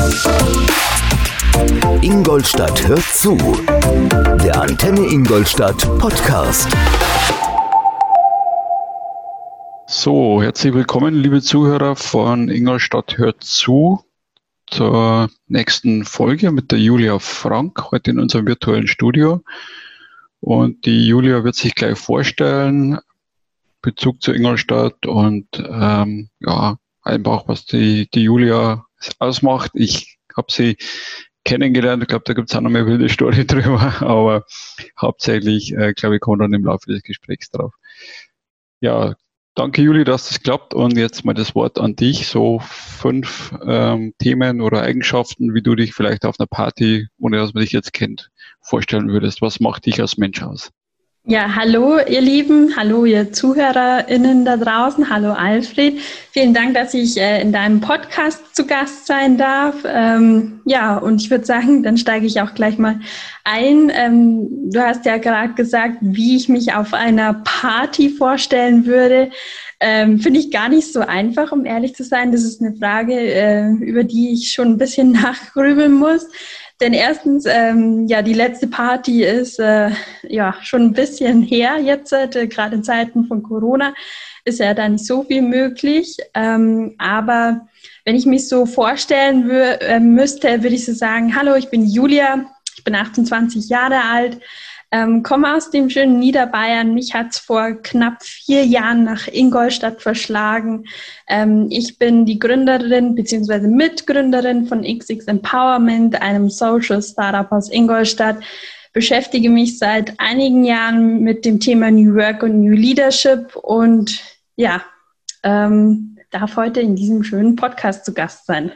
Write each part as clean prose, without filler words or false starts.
Ingolstadt hört zu. Der Antenne Ingolstadt Podcast. So, herzlich willkommen, liebe Zuhörer von Ingolstadt hört zu, zur nächsten Folge mit der Julia Frank, heute in unserem virtuellen Studio. Und die Julia wird sich gleich vorstellen, Bezug zu Ingolstadt und einfach, was die Julia ausmacht. Ich habe sie kennengelernt, ich glaube, da gibt es auch noch mehr wilde Story drüber, aber hauptsächlich, glaube ich, kommen wir dann im Laufe des Gesprächs drauf. Ja, danke Juli, dass das klappt und jetzt mal das Wort an dich, so 5 Themen oder Eigenschaften, wie du dich vielleicht auf einer Party, ohne dass man dich jetzt kennt, vorstellen würdest. Was macht dich als Mensch aus? Ja, hallo ihr Lieben, hallo ihr ZuhörerInnen da draußen, hallo Alfred. Vielen Dank, dass ich in deinem Podcast zu Gast sein darf. Und ich würde sagen, dann steige ich auch gleich mal ein. Du hast ja gerade gesagt, wie ich mich auf einer Party vorstellen würde. Finde ich gar nicht so einfach, um ehrlich zu sein. Das ist eine Frage, über die ich schon ein bisschen nachgrübeln muss. Denn erstens, die letzte Party ist schon ein bisschen her jetzt, gerade in Zeiten von Corona ist ja da nicht so viel möglich. Aber wenn ich mich so vorstellen müsste, würde ich so sagen, hallo, ich bin Julia, ich bin 28 Jahre alt, komme aus dem schönen Niederbayern. Mich hat es vor knapp 4 Jahren nach Ingolstadt verschlagen. Ich bin die Gründerin bzw. Mitgründerin von XX Empowerment, einem Social Startup aus Ingolstadt. Beschäftige mich seit einigen Jahren mit dem Thema New Work und New Leadership und darf heute in diesem schönen Podcast zu Gast sein.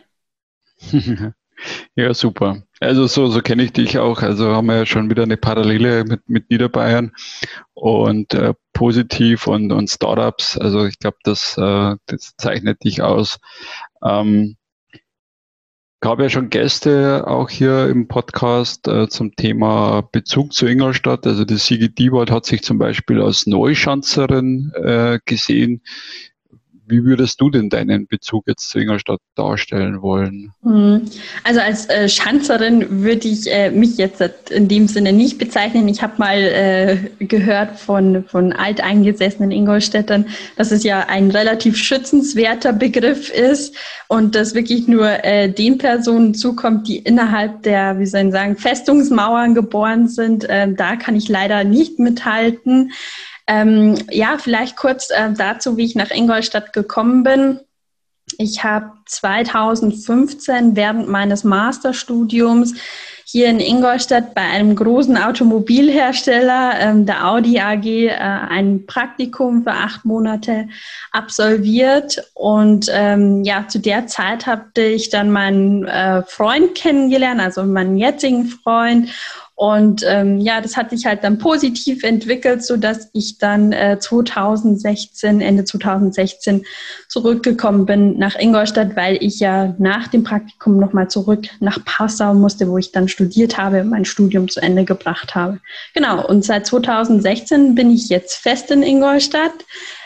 Ja, super. Also so kenne ich dich auch. Also haben wir ja schon wieder eine Parallele mit Niederbayern und positiv und Startups. Also ich glaube, das zeichnet dich aus. Ich habe ja schon Gäste auch hier im Podcast zum Thema Bezug zu Ingolstadt. Also die Sigi Diebold hat sich zum Beispiel als Neuschanzerin gesehen. Wie würdest du denn deinen Bezug jetzt zu Ingolstadt darstellen wollen? Also als Schanzerin würde ich mich jetzt in dem Sinne nicht bezeichnen. Ich habe mal gehört von alteingesessenen Ingolstädtern, dass es ja ein relativ schützenswerter Begriff ist und dass wirklich nur den Personen zukommt, die innerhalb der, Festungsmauern geboren sind. Da kann ich leider nicht mithalten. Vielleicht kurz dazu, wie ich nach Ingolstadt gekommen bin. Ich habe 2015 während meines Masterstudiums hier in Ingolstadt bei einem großen Automobilhersteller, der Audi AG, ein Praktikum für 8 Monate absolviert. Und zu der Zeit hatte ich dann meinen Freund kennengelernt, also meinen jetzigen Freund. Und das hat sich halt dann positiv entwickelt, so dass ich dann Ende 2016 zurückgekommen bin nach Ingolstadt, weil ich ja nach dem Praktikum nochmal zurück nach Passau musste, wo ich dann studiert habe und mein Studium zu Ende gebracht habe. Genau, und seit 2016 bin ich jetzt fest in Ingolstadt.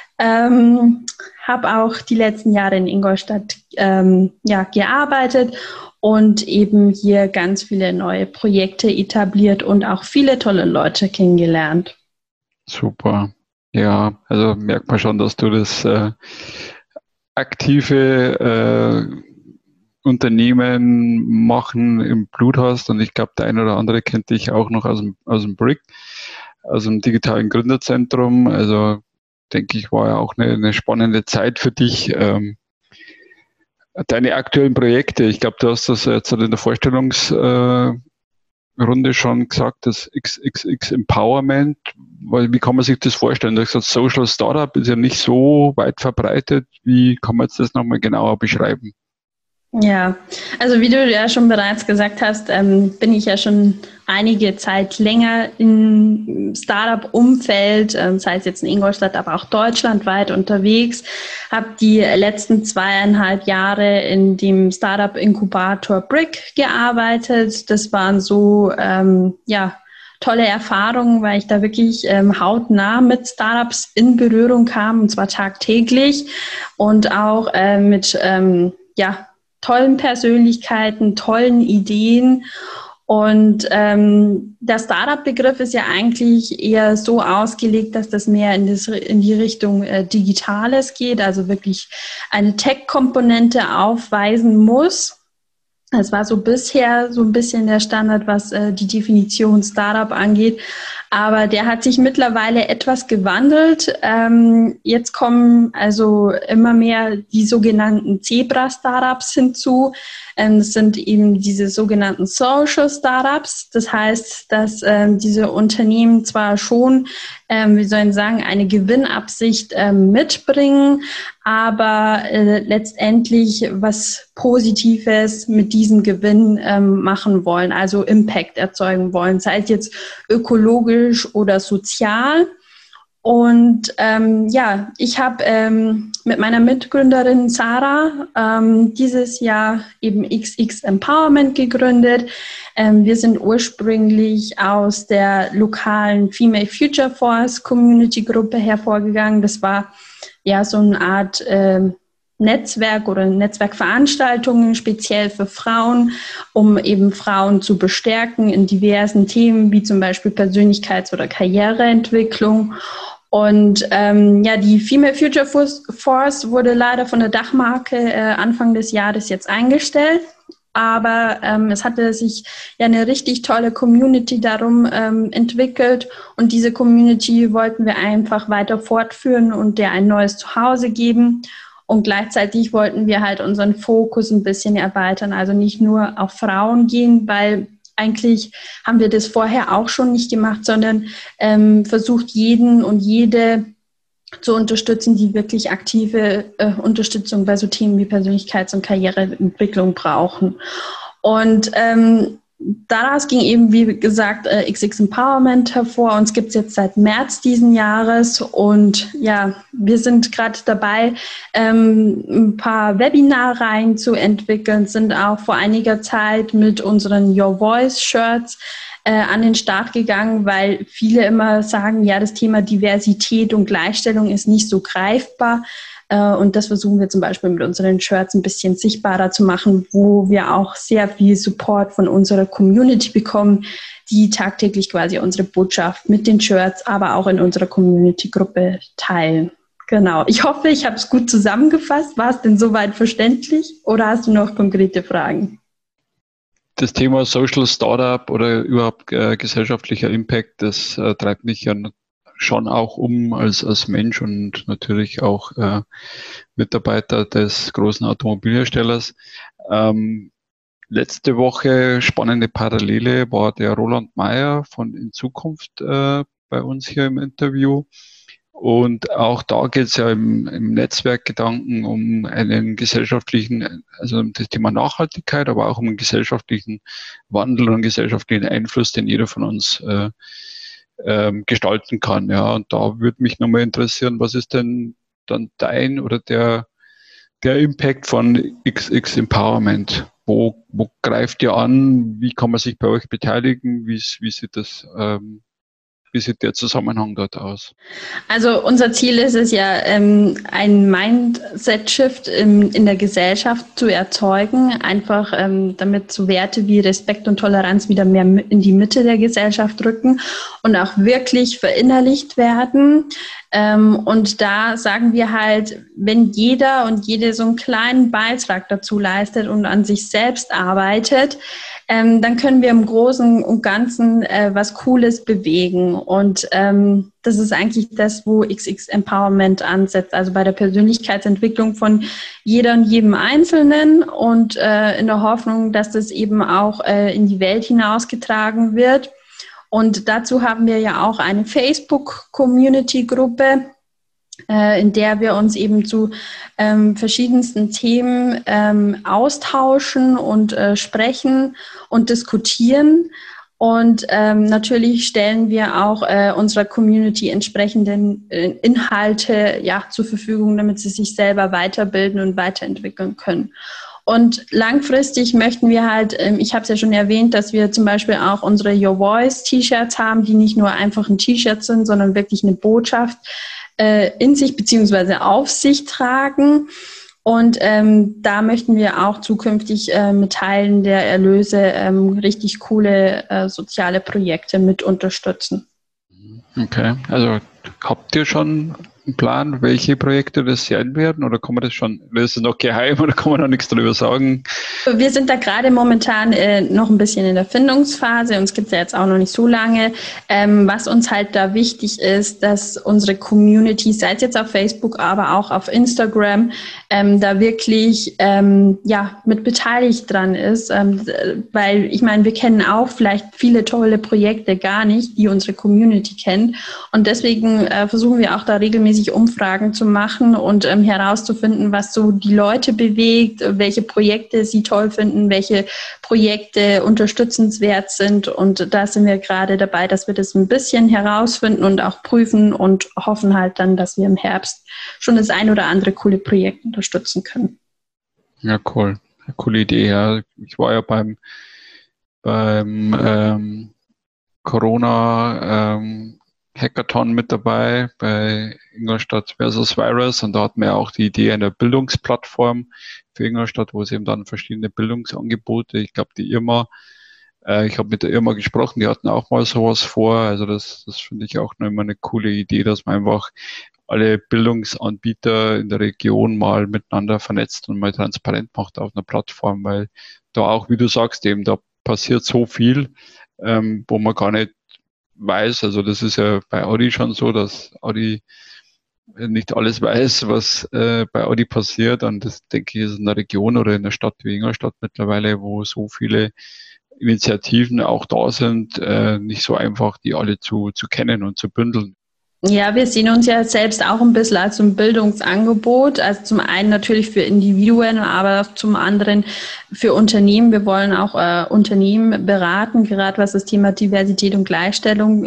Habe auch die letzten Jahre in Ingolstadt gearbeitet und eben hier ganz viele neue Projekte etabliert und auch viele tolle Leute kennengelernt. Super. Ja, also merkt man schon, dass du das aktive Unternehmen machen im Blut hast und ich glaube, der eine oder andere kennt dich auch noch aus dem BRIC, aus dem digitalen Gründerzentrum. Also denke ich, war ja auch eine spannende Zeit für dich. Deine aktuellen Projekte, ich glaube, du hast das jetzt in der Vorstellungsrunde schon gesagt, das XX Empowerment, weil wie kann man sich das vorstellen? Du hast gesagt, Social Startup ist ja nicht so weit verbreitet. Wie kann man jetzt das nochmal genauer beschreiben? Ja, also wie du ja schon bereits gesagt hast, bin ich ja schon einige Zeit länger im Startup-Umfeld, sei es jetzt in Ingolstadt, aber auch deutschlandweit unterwegs, habe die letzten 2,5 Jahre in dem Startup-Inkubator BRIC gearbeitet. Das waren so, tolle Erfahrungen, weil ich da wirklich hautnah mit Startups in Berührung kam, und zwar tagtäglich und auch mit tollen Persönlichkeiten, tollen Ideen. Und der Startup-Begriff ist ja eigentlich eher so ausgelegt, dass das mehr in die Richtung Digitales geht, also wirklich eine Tech-Komponente aufweisen muss. Das war so bisher so ein bisschen der Standard, was die Definition Startup angeht. Aber der hat sich mittlerweile etwas gewandelt. Jetzt kommen also immer mehr die sogenannten Zebra-Startups hinzu. Das sind eben diese sogenannten Social Startups. Das heißt, dass diese Unternehmen zwar schon, eine Gewinnabsicht mitbringen, aber letztendlich was Positives mit diesem Gewinn machen wollen, also Impact erzeugen wollen, sei es jetzt ökologisch oder sozial. Und ich habe mit meiner Mitgründerin Sarah dieses Jahr eben XX Empowerment gegründet. Wir sind ursprünglich aus der lokalen Female Future Force Community Gruppe hervorgegangen. Das war ja so eine Art Netzwerk oder Netzwerkveranstaltungen speziell für Frauen, um eben Frauen zu bestärken in diversen Themen wie zum Beispiel Persönlichkeits- oder Karriereentwicklung. Und die Female Future Force wurde leider von der Dachmarke Anfang des Jahres jetzt eingestellt. Aber es hatte sich ja eine richtig tolle Community darum entwickelt. Und diese Community wollten wir einfach weiter fortführen und der ein neues Zuhause geben. Und gleichzeitig wollten wir halt unseren Fokus ein bisschen erweitern, also nicht nur auf Frauen gehen, weil eigentlich haben wir das vorher auch schon nicht gemacht, sondern versucht, jeden und jede zu unterstützen, die wirklich aktive Unterstützung bei so Themen wie Persönlichkeits- und Karriereentwicklung brauchen. Und daraus ging eben, wie gesagt, XX Empowerment hervor. Uns gibt es jetzt seit März diesen Jahres. Und ja, wir sind gerade dabei, ein paar Webinarreihen zu entwickeln, sind auch vor einiger Zeit mit unseren Your Voice Shirts an den Start gegangen, weil viele immer sagen, ja, das Thema Diversität und Gleichstellung ist nicht so greifbar. Und das versuchen wir zum Beispiel mit unseren Shirts ein bisschen sichtbarer zu machen, wo wir auch sehr viel Support von unserer Community bekommen, die tagtäglich quasi unsere Botschaft mit den Shirts, aber auch in unserer Community-Gruppe teilen. Genau. Ich hoffe, ich habe es gut zusammengefasst. War es denn soweit verständlich oder hast du noch konkrete Fragen? Das Thema Social Startup oder überhaupt gesellschaftlicher Impact, das treibt mich ja schon auch als Mensch und natürlich auch Mitarbeiter des großen Automobilherstellers. Letzte Woche, spannende Parallele, war der Roland Meyer von In Zukunft bei uns hier im Interview. Und auch da geht es ja im Netzwerkgedanken um einen gesellschaftlichen, also um das Thema Nachhaltigkeit, aber auch um einen gesellschaftlichen Wandel und einen gesellschaftlichen Einfluss, den jeder von uns gestalten kann. Ja, und da würde mich nochmal interessieren, was ist denn dann dein oder der Impact von XX Empowerment? Wo greift ihr an? Wie kann man sich bei euch beteiligen? Wie sieht der Zusammenhang dort aus? Also unser Ziel ist es ja, ein Mindset-Shift in der Gesellschaft zu erzeugen, einfach damit so Werte wie Respekt und Toleranz wieder mehr in die Mitte der Gesellschaft rücken und auch wirklich verinnerlicht werden. Und da sagen wir halt, wenn jeder und jede so einen kleinen Beitrag dazu leistet und an sich selbst arbeitet, dann können wir im Großen und Ganzen was Cooles bewegen. Und das ist eigentlich das, wo XX Empowerment ansetzt, also bei der Persönlichkeitsentwicklung von jeder und jedem Einzelnen und in der Hoffnung, dass das eben auch in die Welt hinausgetragen wird. Und dazu haben wir ja auch eine Facebook-Community-Gruppe, in der wir uns eben zu verschiedensten Themen austauschen und sprechen und diskutieren. Und natürlich stellen wir auch unserer Community entsprechenden Inhalte zur Verfügung, damit sie sich selber weiterbilden und weiterentwickeln können. Und langfristig möchten wir halt, ich habe es ja schon erwähnt, dass wir zum Beispiel auch unsere Your Voice T-Shirts haben, die nicht nur einfach ein T-Shirt sind, sondern wirklich eine Botschaft in sich bzw. auf sich tragen. Und da möchten wir auch zukünftig mit Teilen der Erlöse richtig coole soziale Projekte mit unterstützen. Okay, also habt ihr schon einen Plan, welche Projekte das sein werden, oder kann man das schon, das ist noch geheim oder kann man noch nichts darüber sagen? Wir sind da gerade momentan noch ein bisschen in der Findungsphase, uns gibt es ja jetzt auch noch nicht so lange. Was uns halt da wichtig ist, dass unsere Community, sei es jetzt auf Facebook, aber auch auf Instagram, da wirklich mit beteiligt dran ist, weil ich meine, wir kennen auch vielleicht viele tolle Projekte gar nicht, die unsere Community kennt, und deswegen versuchen wir auch da regelmäßig Umfragen zu machen und herauszufinden, was so die Leute bewegt, welche Projekte sie toll finden, welche Projekte unterstützenswert sind, und da sind wir gerade dabei, dass wir das ein bisschen herausfinden und auch prüfen und hoffen halt dann, dass wir im Herbst schon das ein oder andere coole Projekt unterstützen können. Ja, cool. Eine coole Idee. Ja. Ich war ja beim Corona Hackathon mit dabei bei Ingolstadt versus Virus, und da hatten wir auch die Idee einer Bildungsplattform für Ingolstadt, wo es eben dann verschiedene Bildungsangebote, ich glaube die Irma, ich habe mit der Irma gesprochen, die hatten auch mal sowas vor, also das finde ich auch noch immer eine coole Idee, dass man einfach alle Bildungsanbieter in der Region mal miteinander vernetzt und mal transparent macht auf einer Plattform, weil da auch, wie du sagst, eben da passiert so viel, wo man gar nicht weiß, also das ist ja bei Audi schon so, dass Audi nicht alles weiß, was bei Audi passiert, und das, denke ich, ist in einer Region oder in einer Stadt wie Ingolstadt mittlerweile, wo so viele Initiativen auch da sind, nicht so einfach, die alle zu kennen und zu bündeln. Ja, wir sehen uns ja selbst auch ein bisschen als so ein Bildungsangebot. Also zum einen natürlich für Individuen, aber zum anderen für Unternehmen. Wir wollen auch Unternehmen beraten, gerade was das Thema Diversität und Gleichstellung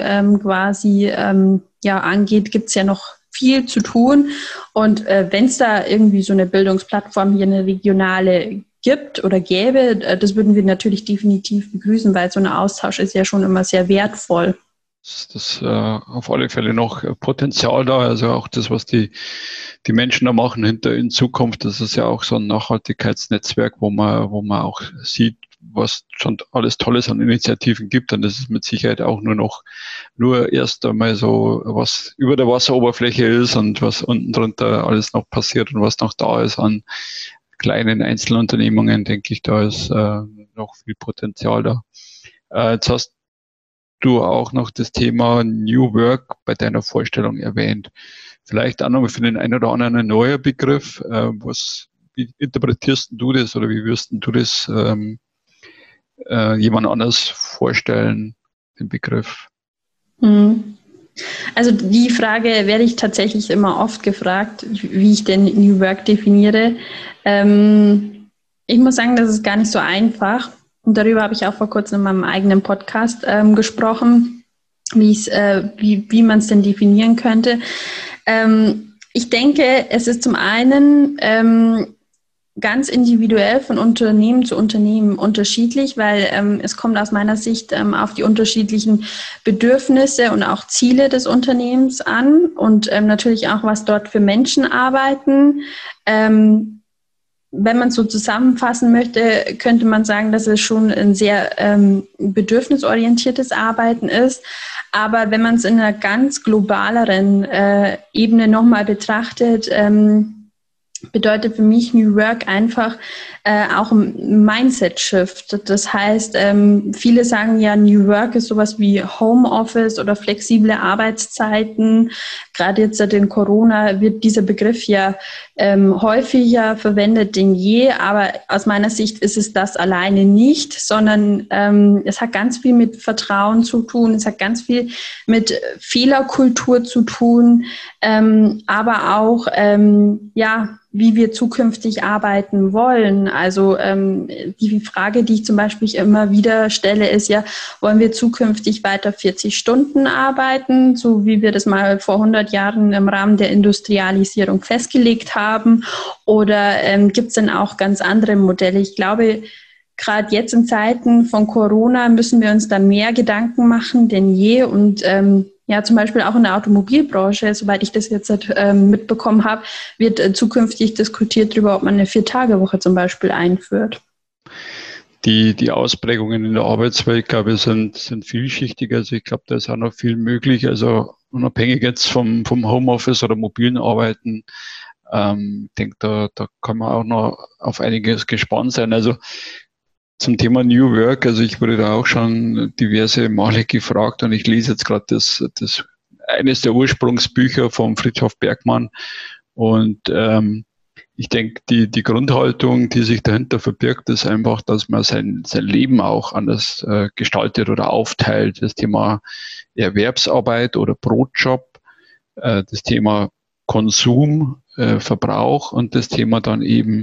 angeht, gibt es ja noch viel zu tun. Und wenn es da irgendwie so eine Bildungsplattform hier, eine regionale gibt oder gäbe, das würden wir natürlich definitiv begrüßen, weil so ein Austausch ist ja schon immer sehr wertvoll. Das auf alle Fälle noch Potenzial da, also auch das, was die Menschen da machen in Zukunft, das ist ja auch so ein Nachhaltigkeitsnetzwerk, wo man auch sieht, was schon alles Tolles an Initiativen gibt, und das ist mit Sicherheit auch nur erst einmal so, was über der Wasseroberfläche ist und was unten drunter alles noch passiert und was noch da ist an kleinen Einzelunternehmungen, denke ich, da ist noch viel Potenzial da. Jetzt hast du auch noch das Thema New Work bei deiner Vorstellung erwähnt. Vielleicht auch noch für den einen oder anderen ein neuer Begriff. Wie interpretierst du das, oder wie wirst du das jemand anders vorstellen, den Begriff? Also die Frage werde ich tatsächlich immer oft gefragt, wie ich denn New Work definiere. Ich muss sagen, das ist gar nicht so einfach. Und darüber habe ich auch vor kurzem in meinem eigenen Podcast gesprochen, wie man es denn definieren könnte. Ich denke, es ist zum einen ganz individuell von Unternehmen zu Unternehmen unterschiedlich, weil es kommt aus meiner Sicht auf die unterschiedlichen Bedürfnisse und auch Ziele des Unternehmens an und natürlich auch, was dort für Menschen arbeiten. Wenn man es so zusammenfassen möchte, könnte man sagen, dass es schon ein sehr bedürfnisorientiertes Arbeiten ist. Aber wenn man es in einer ganz globaleren Ebene nochmal betrachtet, bedeutet für mich New Work einfach auch ein Mindset-Shift. Das heißt, viele sagen ja, New Work ist sowas wie Homeoffice oder flexible Arbeitszeiten. Gerade jetzt seit den Corona wird dieser Begriff ja häufiger verwendet denn je. Aber aus meiner Sicht ist es das alleine nicht, sondern es hat ganz viel mit Vertrauen zu tun. Es hat ganz viel mit Fehlerkultur zu tun, aber auch, wie wir zukünftig arbeiten wollen. Also die Frage, die ich zum Beispiel immer wieder stelle, ist ja, wollen wir zukünftig weiter 40 Stunden arbeiten, so wie wir das mal vor 100 Jahren im Rahmen der Industrialisierung festgelegt haben? Oder gibt es denn auch ganz andere Modelle? Ich glaube, gerade jetzt in Zeiten von Corona müssen wir uns da mehr Gedanken machen denn je. Und ja, zum Beispiel auch in der Automobilbranche, soweit ich das jetzt mitbekommen habe, wird zukünftig diskutiert darüber, ob man eine 4-Tage-Woche zum Beispiel einführt. Die Ausprägungen in der Arbeitswelt, glaube ich, sind vielschichtig. Also ich glaube, da ist auch noch viel möglich. Also unabhängig jetzt vom Homeoffice oder mobilen Arbeiten, ich denke, da kann man auch noch auf einiges gespannt sein. Also zum Thema New Work, also ich wurde da auch schon diverse Male gefragt und ich lese jetzt gerade das eines der Ursprungsbücher von Frithjof Bergmann und ich denke, die Grundhaltung, die sich dahinter verbirgt, ist einfach, dass man sein Leben auch anders gestaltet oder aufteilt. Das Thema Erwerbsarbeit oder Brotjob, das Thema Konsum, Verbrauch und das Thema dann eben,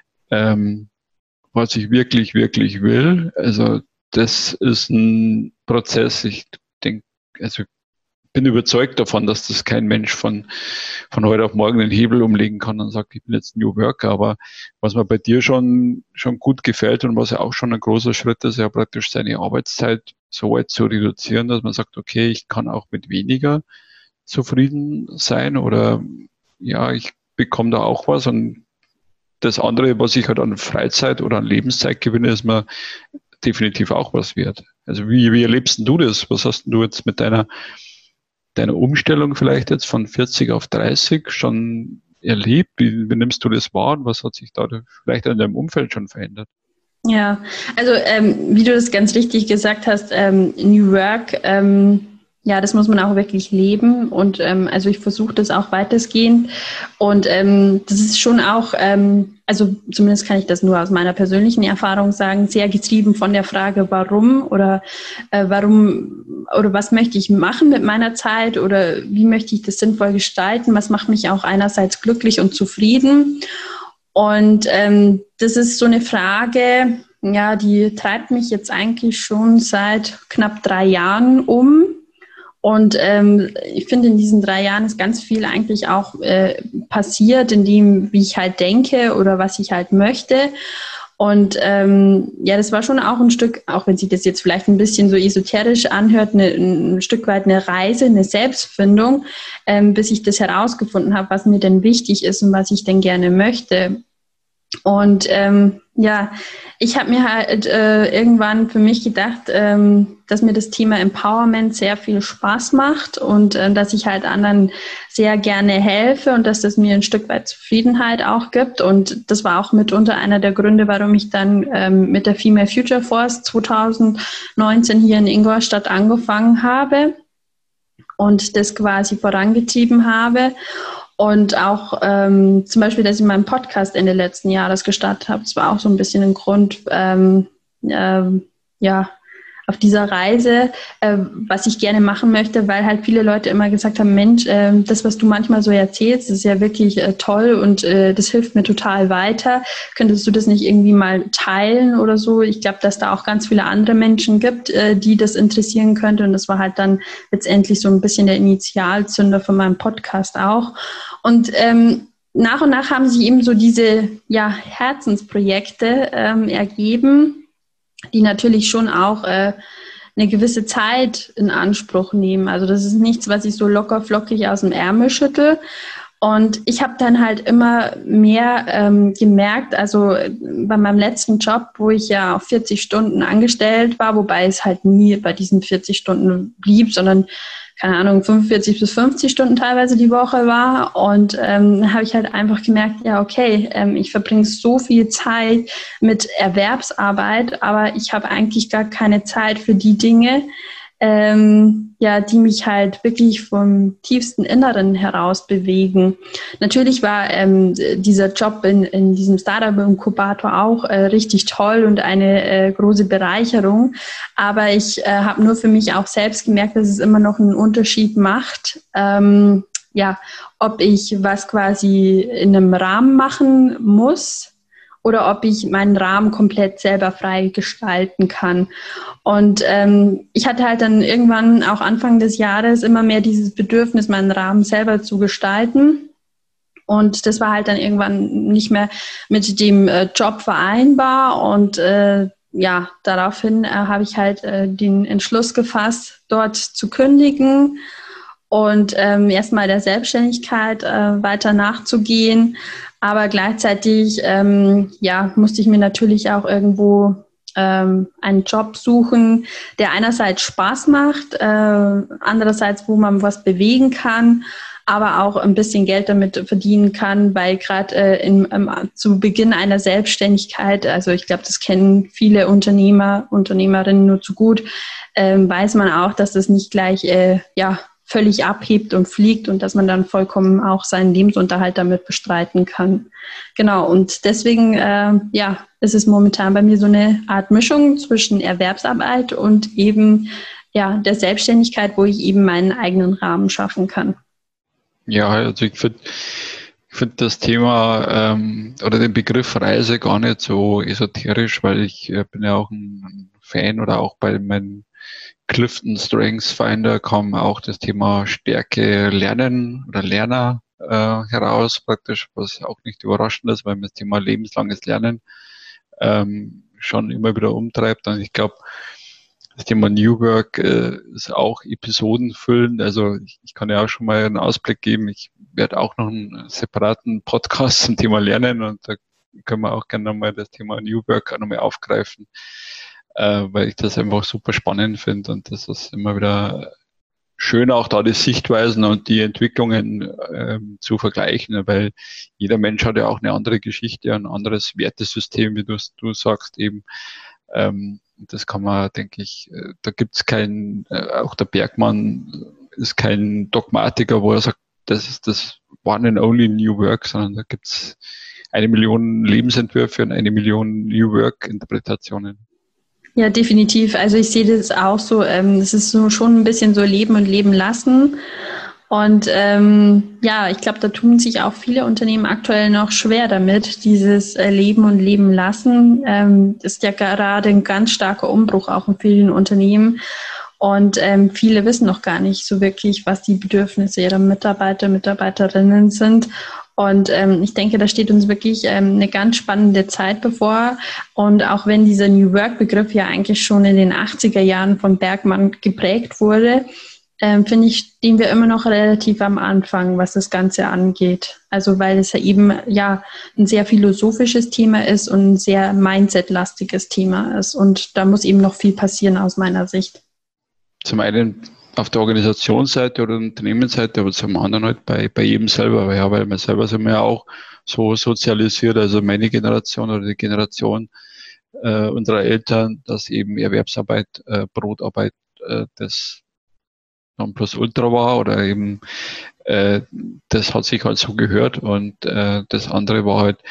was ich wirklich, wirklich will. Also das ist ein Prozess, ich denke, also bin überzeugt davon, dass das kein Mensch von heute auf morgen den Hebel umlegen kann und sagt, ich bin jetzt New Worker. Aber was mir bei dir schon gut gefällt und was ja auch schon ein großer Schritt ist, ja praktisch seine Arbeitszeit so weit zu reduzieren, dass man sagt, okay, ich kann auch mit weniger zufrieden sein oder ja, ich bekomme da auch was. Und das andere, was ich halt an Freizeit oder an Lebenszeit gewinne, ist mir definitiv auch was wert. Also wie erlebst du das? Was hast du jetzt mit deiner Umstellung vielleicht jetzt von 40 auf 30 schon erlebt? Wie nimmst du das wahr und was hat sich da vielleicht in deinem Umfeld schon verändert? Ja, also wie du das ganz richtig gesagt hast, New Work, ja, das muss man auch wirklich leben und also ich versuche das auch weitestgehend und das ist schon auch, also zumindest kann ich das nur aus meiner persönlichen Erfahrung sagen, sehr getrieben von der Frage, warum oder was möchte ich machen mit meiner Zeit oder wie möchte ich das sinnvoll gestalten, was macht mich auch einerseits glücklich und zufrieden und das ist so eine Frage, ja, die treibt mich jetzt eigentlich schon seit knapp 3 Jahren um. Und ich finde, in diesen 3 Jahren ist ganz viel eigentlich auch passiert, in dem, wie ich halt denke oder was ich halt möchte. Und ja, das war schon auch ein Stück, auch wenn sich das jetzt vielleicht ein bisschen so esoterisch anhört, ein Stück weit eine Reise, eine Selbstfindung, bis ich das herausgefunden habe, was mir denn wichtig ist und was ich denn gerne möchte. Und ja, ich habe mir halt irgendwann für mich gedacht, dass mir das Thema Empowerment sehr viel Spaß macht und dass ich halt anderen sehr gerne helfe und dass das mir ein Stück weit Zufriedenheit auch gibt. Und das war auch mitunter einer der Gründe, warum ich dann mit der Female Future Force 2019 hier in Ingolstadt angefangen habe und das quasi vorangetrieben habe. Und auch zum Beispiel, dass ich meinen Podcast Ende letzten Jahres gestartet habe, das war auch so ein bisschen ein Grund, ja, auf dieser Reise, was ich gerne machen möchte, weil halt viele Leute immer gesagt haben, Mensch, das, was du manchmal so erzählst, ist ja wirklich toll und das hilft mir total weiter. Könntest du das nicht irgendwie mal teilen oder so? Ich glaube, dass da auch ganz viele andere Menschen gibt, die das interessieren könnte und das war halt dann letztendlich so ein bisschen der Initialzünder von meinem Podcast auch. Und nach und nach haben sich eben so diese Herzensprojekte ergeben, die natürlich schon auch eine gewisse Zeit in Anspruch nehmen. Also das ist nichts, was ich so locker flockig aus dem Ärmel schüttel. Und ich habe dann halt immer mehr gemerkt, also bei meinem letzten Job, wo ich ja auf 40 Stunden angestellt war, wobei es halt nie bei diesen 40 Stunden blieb, sondern keine Ahnung, 45 bis 50 Stunden teilweise die Woche war. Und habe ich halt einfach gemerkt, ja, okay, ich verbringe so viel Zeit mit Erwerbsarbeit, aber ich habe eigentlich gar keine Zeit für die Dinge, die mich halt wirklich vom tiefsten Inneren heraus bewegen. Natürlich war dieser Job in diesem Startup-Inkubator auch richtig toll und eine große Bereicherung, aber ich habe nur für mich auch selbst gemerkt, dass es immer noch einen Unterschied macht, ob ich was quasi in einem Rahmen machen muss oder ob ich meinen Rahmen komplett selber frei gestalten kann. Und ich hatte halt dann irgendwann auch Anfang des Jahres immer mehr dieses Bedürfnis, meinen Rahmen selber zu gestalten. Und das war halt dann irgendwann nicht mehr mit dem Job vereinbar. Und daraufhin habe ich halt den Entschluss gefasst, dort zu kündigen und erstmal der Selbstständigkeit weiter nachzugehen. Aber gleichzeitig musste ich mir natürlich auch irgendwo einen Job suchen, der einerseits Spaß macht, andererseits, wo man was bewegen kann, aber auch ein bisschen Geld damit verdienen kann, weil gerade zu Beginn einer Selbstständigkeit, also ich glaube, das kennen viele Unternehmer, Unternehmerinnen nur zu gut, weiß man auch, dass das nicht gleich völlig abhebt und fliegt und dass man dann vollkommen auch seinen Lebensunterhalt damit bestreiten kann. Genau, und deswegen ist es momentan bei mir so eine Art Mischung zwischen Erwerbsarbeit und eben der Selbstständigkeit, wo ich eben meinen eigenen Rahmen schaffen kann. Ja, also ich finde das Thema oder den Begriff Reise gar nicht so esoterisch, weil ich bin ja auch ein Fan oder auch bei meinen Clifton Strengths Finder kam auch das Thema Stärke Lernen oder Lerner heraus, praktisch, was auch nicht überraschend ist, weil mir das Thema lebenslanges Lernen schon immer wieder umtreibt. Und ich glaube, das Thema New Work ist auch episodenfüllend. Also ich kann ja auch schon mal einen Ausblick geben. Ich werde auch noch einen separaten Podcast zum Thema Lernen und da können wir auch gerne nochmal das Thema New Work auch nochmal aufgreifen, weil ich das einfach super spannend finde und das ist immer wieder schön, auch da die Sichtweisen und die Entwicklungen zu vergleichen, weil jeder Mensch hat ja auch eine andere Geschichte, ein anderes Wertesystem, wie du sagst eben. Das kann man, denke ich, da gibt es auch der Bergmann ist kein Dogmatiker, wo er sagt, das ist das One and Only New Work, sondern da gibt es 1 Million Lebensentwürfe und 1 Million New Work-Interpretationen. Ja, definitiv. Also ich sehe das auch so, es ist so schon ein bisschen so Leben und Leben lassen. Und ich glaube, da tun sich auch viele Unternehmen aktuell noch schwer damit, dieses Leben und Leben lassen. Ist ja gerade ein ganz starker Umbruch auch in vielen Unternehmen. Und viele wissen noch gar nicht so wirklich, was die Bedürfnisse ihrer Mitarbeiter, Mitarbeiterinnen sind. Und ich denke, da steht uns wirklich eine ganz spannende Zeit bevor. Und auch wenn dieser New Work-Begriff ja eigentlich schon in den 80er Jahren von Bergmann geprägt wurde, finde ich, stehen wir immer noch relativ am Anfang, was das Ganze angeht. Also weil es ja eben ein sehr philosophisches Thema ist und ein sehr mindset-lastiges Thema ist. Und da muss eben noch viel passieren aus meiner Sicht. Zum einen auf der Organisationsseite oder Unternehmensseite, aber zum anderen halt bei jedem selber, weil man selber sind wir ja auch so sozialisiert, also meine Generation oder die Generation unserer Eltern, dass eben Erwerbsarbeit, Brotarbeit das Nonplusultra war oder eben das hat sich halt so gehört und das andere war halt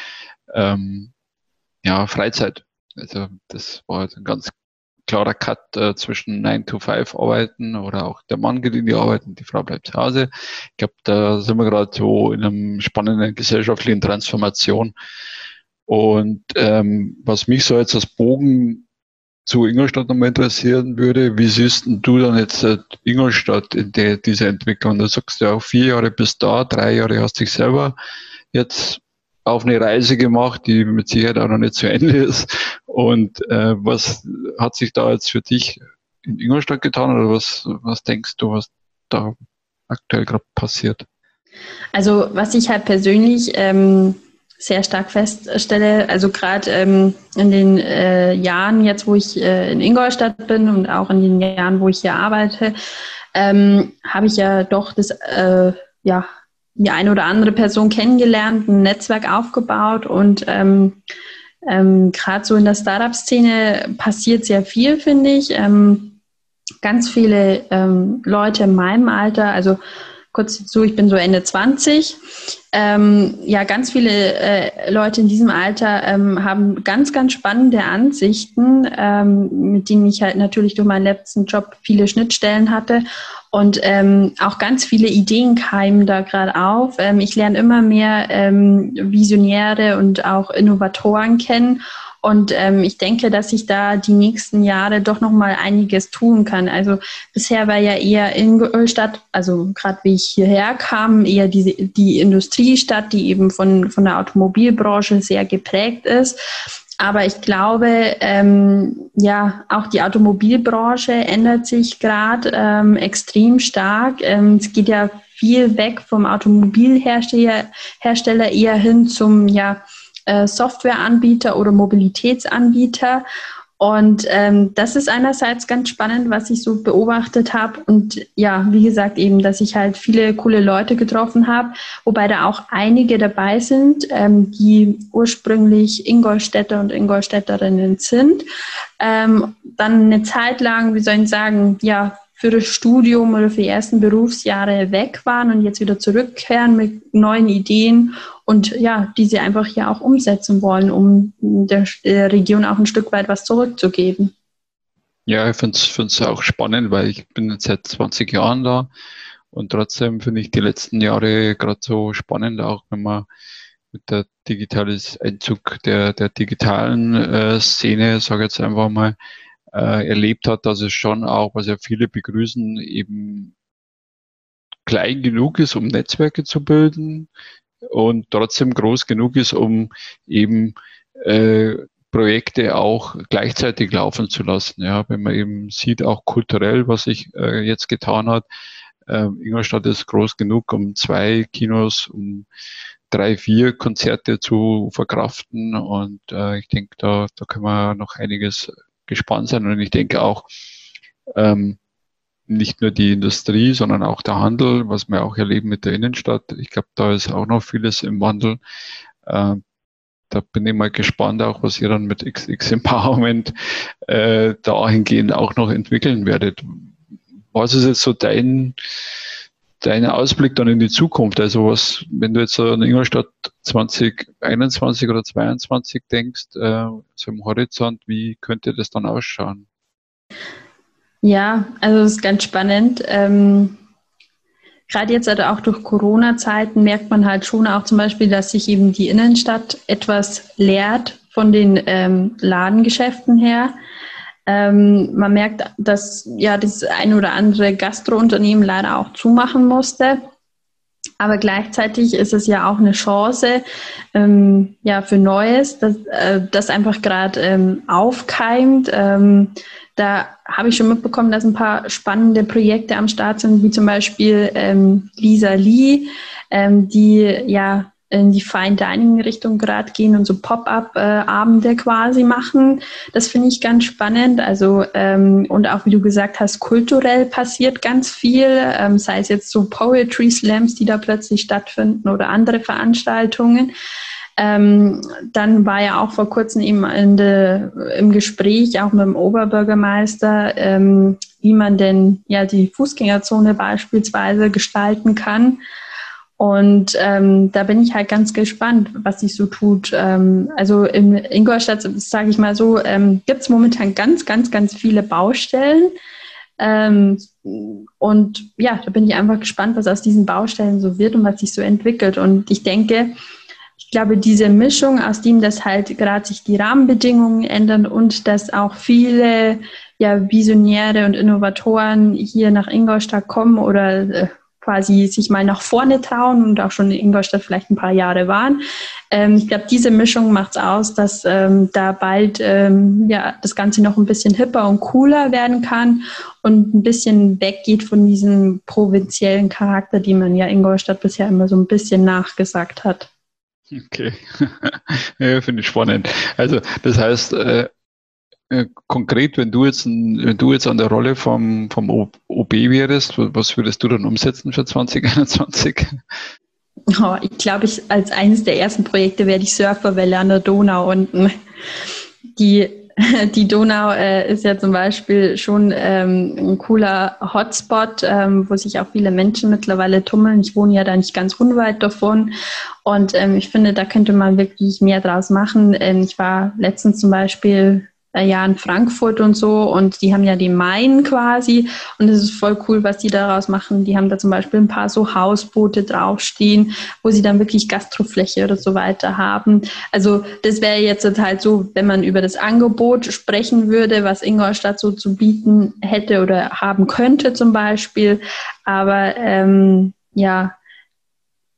Freizeit. Also das war halt ein ganz klarer Cut zwischen 9 to 5 arbeiten oder auch der Mann geht in die Arbeit und die Frau bleibt zu Hause. Ich glaube, da sind wir gerade so in einer spannenden gesellschaftlichen Transformation. Und was mich so jetzt als Bogen zu Ingolstadt nochmal interessieren würde, wie siehst du dann jetzt Ingolstadt in dieser Entwicklung? Du sagst ja auch 4 Jahre bis da, 3 Jahre hast du dich selber jetzt auf eine Reise gemacht, die mit Sicherheit auch noch nicht zu Ende ist. Und was hat sich da jetzt für dich in Ingolstadt getan oder was denkst du, was da aktuell gerade passiert? Also was ich halt persönlich sehr stark feststelle, also gerade in den Jahren jetzt, wo ich in Ingolstadt bin und auch in den Jahren, wo ich hier arbeite, habe ich ja doch die eine oder andere Person kennengelernt, ein Netzwerk aufgebaut und gerade so in der Startup-Szene passiert sehr viel, finde ich. Ganz viele Leute in meinem Alter, also kurz dazu, ich bin so Ende 20. Ganz viele Leute in diesem Alter haben ganz, ganz spannende Ansichten, mit denen ich halt natürlich durch meinen letzten Job viele Schnittstellen hatte. Und auch ganz viele Ideen keimen da gerade auf. Ich lerne immer mehr Visionäre und auch Innovatoren kennen. Und ich denke, dass ich da die nächsten Jahre doch noch mal einiges tun kann. Also bisher war ja eher Ingolstadt, also gerade wie ich hierher kam, eher die Industriestadt, die eben von der Automobilbranche sehr geprägt ist. Aber ich glaube, auch die Automobilbranche ändert sich gerade extrem stark. Es geht ja viel weg vom Automobilhersteller eher hin zum Softwareanbieter oder Mobilitätsanbieter. Und das ist einerseits ganz spannend, was ich so beobachtet habe. Und ja, wie gesagt, eben, dass ich halt viele coole Leute getroffen habe, wobei da auch einige dabei sind, die ursprünglich Ingolstädter und Ingolstädterinnen sind. Dann eine Zeit lang, wie soll ich sagen, ja, für das Studium oder für die ersten Berufsjahre weg waren und jetzt wieder zurückkehren mit neuen Ideen und ja, die sie einfach hier auch umsetzen wollen, um der Region auch ein Stück weit was zurückzugeben. Ja, ich finde es auch spannend, weil ich bin jetzt seit 20 Jahren da und trotzdem finde ich die letzten Jahre gerade so spannend, auch wenn man mit der Einzug der digitalen Szene, sage ich jetzt einfach mal, erlebt hat, dass es schon auch, was ja viele begrüßen, eben klein genug ist, um Netzwerke zu bilden und trotzdem groß genug ist, um eben Projekte auch gleichzeitig laufen zu lassen. Ja, wenn man eben sieht, auch kulturell, was sich jetzt getan hat. Ingolstadt ist groß genug, um 2 Kinos, um 3, 4 Konzerte zu verkraften und ich denke, da können wir noch einiges gespannt sein und ich denke auch, nicht nur die Industrie, sondern auch der Handel, was wir auch erleben mit der Innenstadt. Ich glaube, da ist auch noch vieles im Wandel. Da bin ich mal gespannt, auch was ihr dann mit XX Empowerment dahingehend auch noch entwickeln werdet. Was ist jetzt so dein Ausblick dann in die Zukunft? Also was, wenn du jetzt an Ingolstadt 2021 oder 2022 denkst, so im Horizont, wie könnte das dann ausschauen? Ja, also es ist ganz spannend. Gerade jetzt also auch durch Corona-Zeiten merkt man halt schon auch zum Beispiel, dass sich eben die Innenstadt etwas leert von den Ladengeschäften her. Man merkt, dass ja das ein oder andere Gastrounternehmen leider auch zumachen musste. Aber gleichzeitig ist es ja auch eine Chance für Neues, das einfach gerade aufkeimt. Da habe ich schon mitbekommen, dass ein paar spannende Projekte am Start sind, wie zum Beispiel Lisa Lee, die ja in die Fine Dining Richtung gerade gehen und so Pop-up-Abende quasi machen. Das finde ich ganz spannend. Also und auch wie du gesagt hast, kulturell passiert ganz viel, sei es jetzt so Poetry Slams, die da plötzlich stattfinden oder andere Veranstaltungen. Dann war ja auch vor kurzem eben im Gespräch auch mit dem Oberbürgermeister, wie man denn ja die Fußgängerzone beispielsweise gestalten kann. Und da bin ich halt ganz gespannt, was sich so tut. Also in Ingolstadt, sage ich mal so, gibt es momentan ganz, ganz, ganz viele Baustellen. Und ja, da bin ich einfach gespannt, was aus diesen Baustellen so wird und was sich so entwickelt. Und ich glaube, diese Mischung aus dem, dass halt gerade sich die Rahmenbedingungen ändern und dass auch viele Visionäre und Innovatoren hier nach Ingolstadt kommen oder quasi sich mal nach vorne trauen und auch schon in Ingolstadt vielleicht ein paar Jahre waren. Ich glaube, diese Mischung macht es aus, dass da bald das Ganze noch ein bisschen hipper und cooler werden kann und ein bisschen weggeht von diesem provinziellen Charakter, die man ja Ingolstadt bisher immer so ein bisschen nachgesagt hat. Okay, ja, finde ich spannend. Also das heißt, konkret, wenn du jetzt an der Rolle vom OB wärst, was würdest du dann umsetzen für 2021? Oh, ich glaube, als eines der ersten Projekte wäre die Surferwelle an der Donau unten. Die Donau ist ja zum Beispiel schon ein cooler Hotspot, wo sich auch viele Menschen mittlerweile tummeln. Ich wohne ja da nicht ganz unweit davon und ich finde, da könnte man wirklich mehr draus machen. Ich war letztens zum Beispiel in Frankfurt und so und die haben ja den Main quasi und es ist voll cool, was die daraus machen. Die haben da zum Beispiel ein paar so Hausboote draufstehen, wo sie dann wirklich Gastrofläche oder so weiter haben. Also das wäre jetzt halt so, wenn man über das Angebot sprechen würde, was Ingolstadt so zu bieten hätte oder haben könnte zum Beispiel. Aber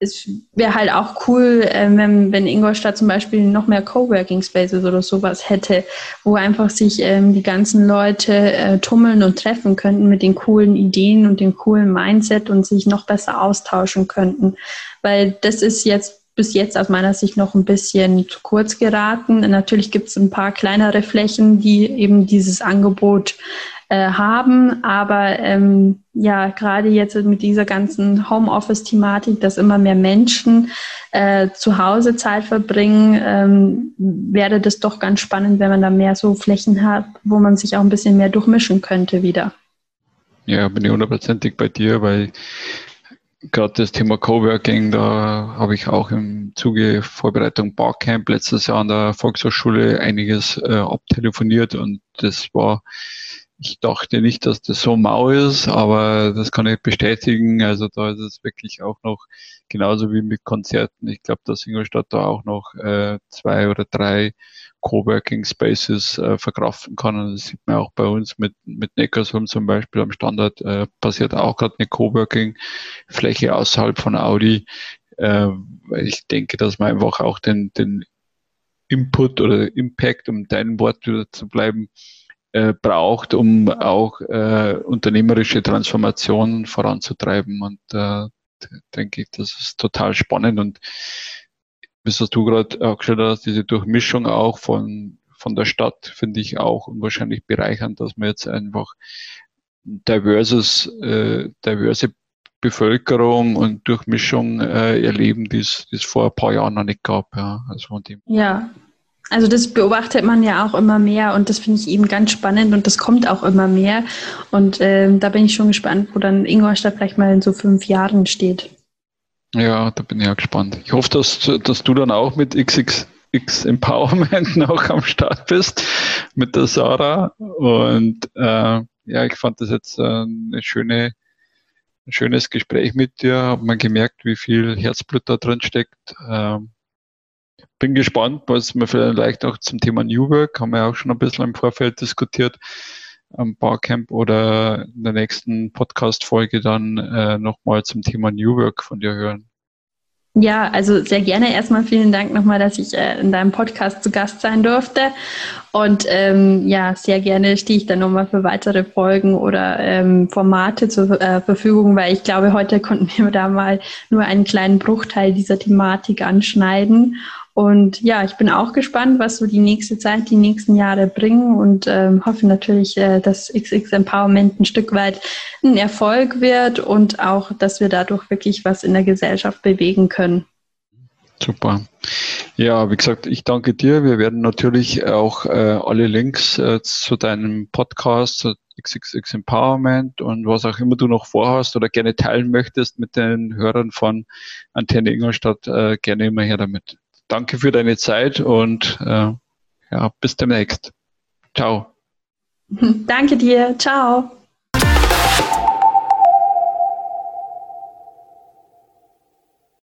es wäre halt auch cool, wenn Ingolstadt zum Beispiel noch mehr Coworking Spaces oder sowas hätte, wo einfach sich die ganzen Leute tummeln und treffen könnten mit den coolen Ideen und dem coolen Mindset und sich noch besser austauschen könnten. Weil das ist bis jetzt aus meiner Sicht noch ein bisschen zu kurz geraten. Natürlich gibt es ein paar kleinere Flächen, die eben dieses Angebot haben, aber gerade jetzt mit dieser ganzen Homeoffice-Thematik, dass immer mehr Menschen zu Hause Zeit verbringen, wäre das doch ganz spannend, wenn man da mehr so Flächen hat, wo man sich auch ein bisschen mehr durchmischen könnte wieder. Ja, bin ich 100% bei dir, weil gerade das Thema Coworking, da habe ich auch im Zuge Vorbereitung Barcamp letztes Jahr an der Volkshochschule einiges abtelefoniert und ich dachte nicht, dass das so mau ist, aber das kann ich bestätigen. Also da ist es wirklich auch noch genauso wie mit Konzerten. Ich glaube, dass Ingolstadt da auch noch 2 oder 3 Coworking Spaces verkraften kann. Und das sieht man auch bei uns mit Neckarsulm zum Beispiel am Standort. Passiert auch gerade eine Coworking Fläche außerhalb von Audi. Ich denke, dass man einfach auch den Input oder Impact, um dein Wort wieder zu bleiben, braucht, um auch unternehmerische Transformationen voranzutreiben. Und denke ich, das ist total spannend. Und was du gerade auch gesagt hast, diese Durchmischung auch von der Stadt, finde ich auch unwahrscheinlich bereichernd, dass wir jetzt einfach diverse Bevölkerung und Durchmischung erleben, die es vor ein paar Jahren noch nicht gab. Ja, also von dem. Ja. Also das beobachtet man ja auch immer mehr und das finde ich eben ganz spannend und das kommt auch immer mehr. Und da bin ich schon gespannt, wo dann Ingolstadt vielleicht mal in so 5 Jahren steht. Ja, da bin ich auch gespannt. Ich hoffe, dass du dann auch mit XXX Empowerment noch am Start bist, mit der Sarah. Und ich fand das jetzt ein schönes Gespräch mit dir. Habe mal gemerkt, wie viel Herzblut da drin steckt. Bin gespannt, was wir vielleicht auch zum Thema New Work, haben wir auch schon ein bisschen im Vorfeld diskutiert, am Barcamp oder in der nächsten Podcast-Folge dann nochmal zum Thema New Work von dir hören. Ja, also sehr gerne. Erstmal vielen Dank nochmal, dass ich in deinem Podcast zu Gast sein durfte. Und sehr gerne stehe ich dann nochmal für weitere Folgen oder Formate zur Verfügung, weil ich glaube, heute konnten wir da mal nur einen kleinen Bruchteil dieser Thematik anschneiden. Und ja, ich bin auch gespannt, was so die nächsten Jahre bringen und hoffe natürlich, dass XX Empowerment ein Stück weit ein Erfolg wird und auch, dass wir dadurch wirklich was in der Gesellschaft bewegen können. Super. Ja, wie gesagt, ich danke dir. Wir werden natürlich auch alle Links zu deinem Podcast, zu XXX Empowerment und was auch immer du noch vorhast oder gerne teilen möchtest mit den Hörern von Antenne Ingolstadt, gerne immer her damit. Danke für deine Zeit und bis demnächst. Ciao. Danke dir. Ciao.